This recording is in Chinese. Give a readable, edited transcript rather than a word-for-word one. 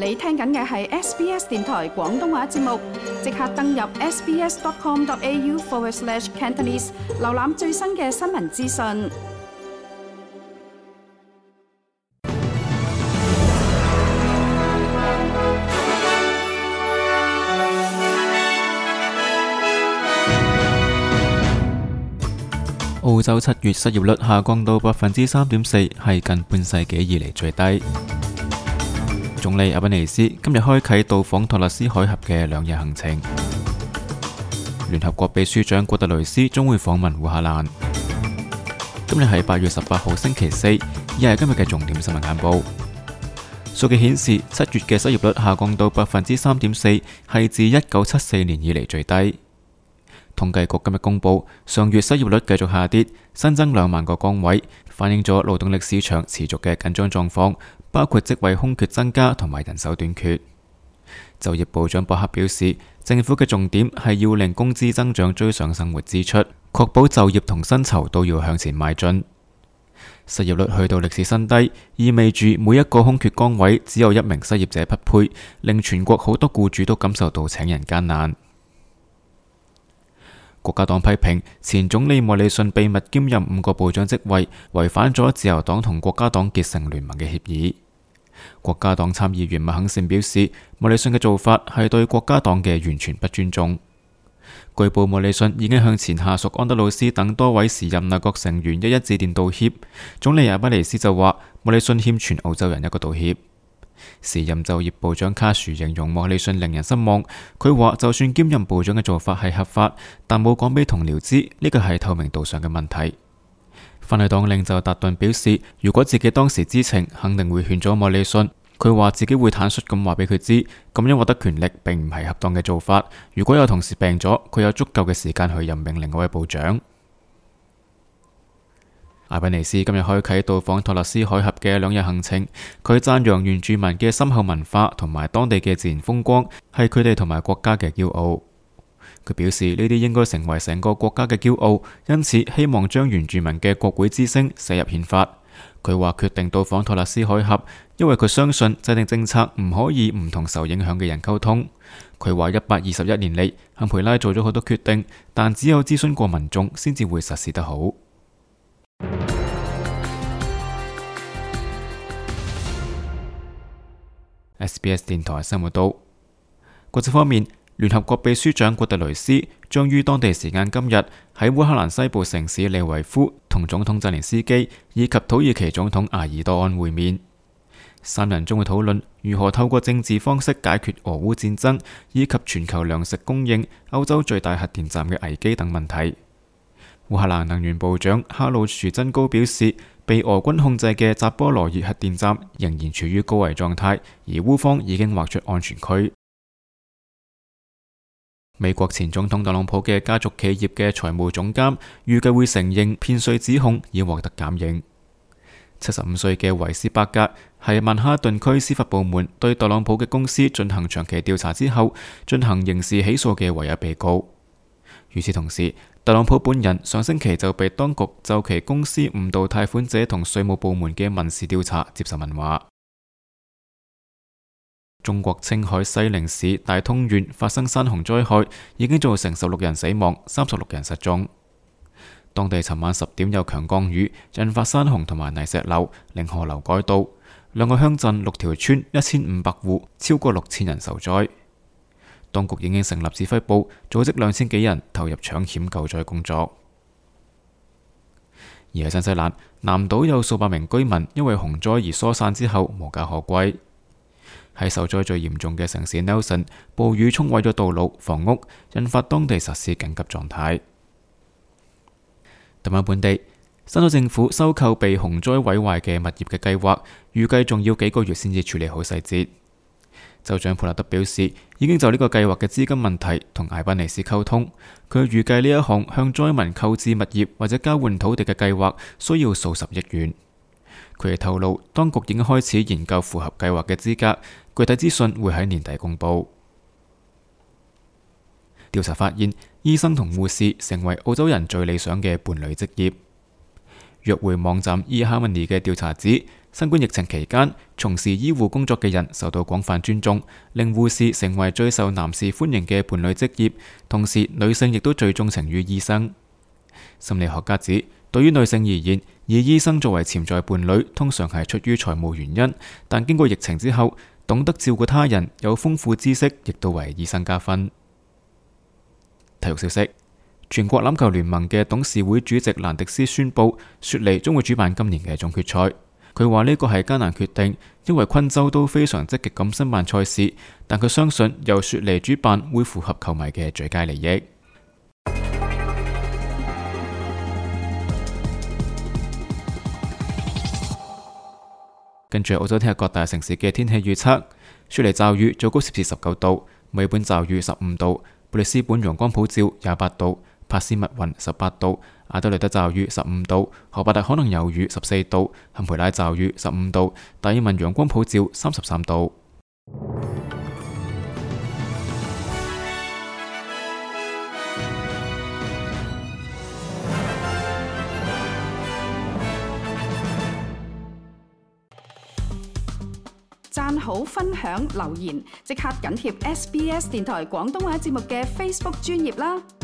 你聽緊嘅係 SBS 電台廣東話節目，即刻登入 sbs.com.au/Cantonese 瀏覽最新嘅新聞資訊。 澳洲7月失業率下降到 3.4%， 係近半世紀以嚟最低。總理阿賓尼斯今日開啟到訪托勒斯海峽嘅2日行程。聯合國秘書長古特雷斯將會訪問烏克蘭。今日係8月18號星期四，以下係今日嘅重點新聞簡報。數據顯示，7月嘅失業率下降到 3.4%， 係自1974年以嚟最低。統計局今日公布，上月失業率繼續下跌，新增2萬個崗位，反映咗勞動力市場持續嘅緊張狀況，包括職位空缺增加同埋人手短缺。就業部長博克表示，政府嘅重點係要令工資增長追上生活支出，確保就業同薪酬都要向前邁進。失業率去到歷史新低，意味住每一個空缺崗位只有1名失業者匹配，令全國好多僱主都感受到請人艱難。國家黨批評前總理莫里遜秘密兼任5個部長職位，違反咗自由黨同國家黨結成聯盟嘅協議。國家黨參議員麥肯善表示，莫里遜嘅做法係對國家黨嘅完全不尊重。據報莫里遜已經向前下屬安德魯斯等多位時任內閣成員一致電道歉。總理阿巴尼斯就話，莫里遜欠全澳洲人一個道歉。時任就業部長卡殊形容莫里遜令人失望，佢話就算兼任部長嘅做法係合法，但冇講俾同僚知，呢個係透明度上嘅問題。泛綠黨領袖達頓表示，如果自己當時知情，肯定會勸咗莫里遜。佢話自己會坦率咁話俾佢知，咁樣獲得權力並唔係恰當嘅做法。如果有同事病咗，佢有足夠嘅時間去任命另外一位部長。阿賓尼斯今日開啟到訪托勒斯海峽嘅2日行程，佢讚揚原住民嘅深厚文化同埋當地嘅自然風光係佢哋同埋國家嘅驕傲。佢表示呢啲應該成為成個國家嘅驕傲，因此希望將原住民嘅國會之聲寫入憲法。佢話決定到訪托勒斯海峽，因為佢相信制定政策唔可以唔同受影響嘅人溝通。佢話121年嚟，坎培拉做咗好多決定，但只有諮詢過民眾先至會實施得好。SBS 電台新聞道。國際方面，聯合國秘書長古特雷斯將於當地時間今日喺烏克蘭西部城市利維夫同總統澤連斯基以及土耳其總統埃爾多安會面。3人將會討論如何透過政治方式解決俄烏戰爭以及全球糧食供應、歐洲最大核電站嘅危機等問題。烏克蘭能源部長哈魯殊珍高表示，被俄軍控制嘅扎波羅熱核電站仍然處於高危狀態，而烏方已經劃出安全區。美國前總統特朗普嘅家族企業嘅財務總監預計會承認騙稅指控，以獲得減刑。75歲嘅維斯伯格係曼哈頓區司法部門對特朗普嘅公司進行長期調查之後進行刑事起訴嘅唯一被告。與此同時，特朗普本人上星期就被當局就其公司誤導貸款者同稅務部門嘅民事調查接受問話。中國青海西寧市大通縣發生山洪災害，已經造成16人死亡，36人失蹤。當地尋晚10點有強降雨，引發山洪同埋泥石流，令河流改道。2個鄉鎮、6條村、1500戶，超過6000人受災。當局已經成立指揮部，組織2000幾人投入搶險救災工作。而喺新西蘭南島有數百名居民因為洪災而疏散之後無家可歸。喺受災最嚴重嘅城市 Nelson， 暴雨沖毀咗道路、房屋，引發當地實施緊急狀態。同埋本地，新州政府收購被洪災毀壞嘅物業嘅計劃，預計仲要幾個月先至處理好細節。州長普納德表示，已經就呢個計劃嘅資金問題同艾賓尼斯溝通。佢預計呢一項向災民購置物業或者交換土地嘅計劃需要數十億元。佢亦透露，當局已經開始研究符合計劃嘅資格，具體資訊會喺年底公佈。調查發現，醫生同護士成為澳洲人最理想嘅伴侶職業。約會網站 eHarmony 嘅調查指新冠疫情期間，從事醫護工作嘅人受到廣泛尊重，令護士成為最受男士歡迎嘅伴侶職業。同時，女性亦都最鍾情於醫生。心理學家指，對於女性而言，以醫生作為潛在伴侶，通常係出於財務原因。但經過疫情之後，懂得照顧他人、有豐富知識，亦都為醫生加分。體育消息：全國欖球聯盟嘅董事會主席蘭迪斯宣布，雪梨將會主辦今年嘅總決賽。佢話呢個係艱難決定，因為昆州都非常積極咁申辦賽事，但佢相信由雪梨主辦會符合球迷嘅最佳利益。跟住澳洲聽日各大城市嘅天氣預測：雪梨驟雨，最高攝氏19度；墨爾本驟雨15度；布里斯本陽光普照28度；帕斯密雲18度；阿德雷德驟雨15度；荷伯特可能有雨14度；坎培拉驟雨15度；達爾文陽光普照33度。 讚好、分享、留言，即刻緊貼SBS 電台廣東話節目嘅 Facebook 專頁啦！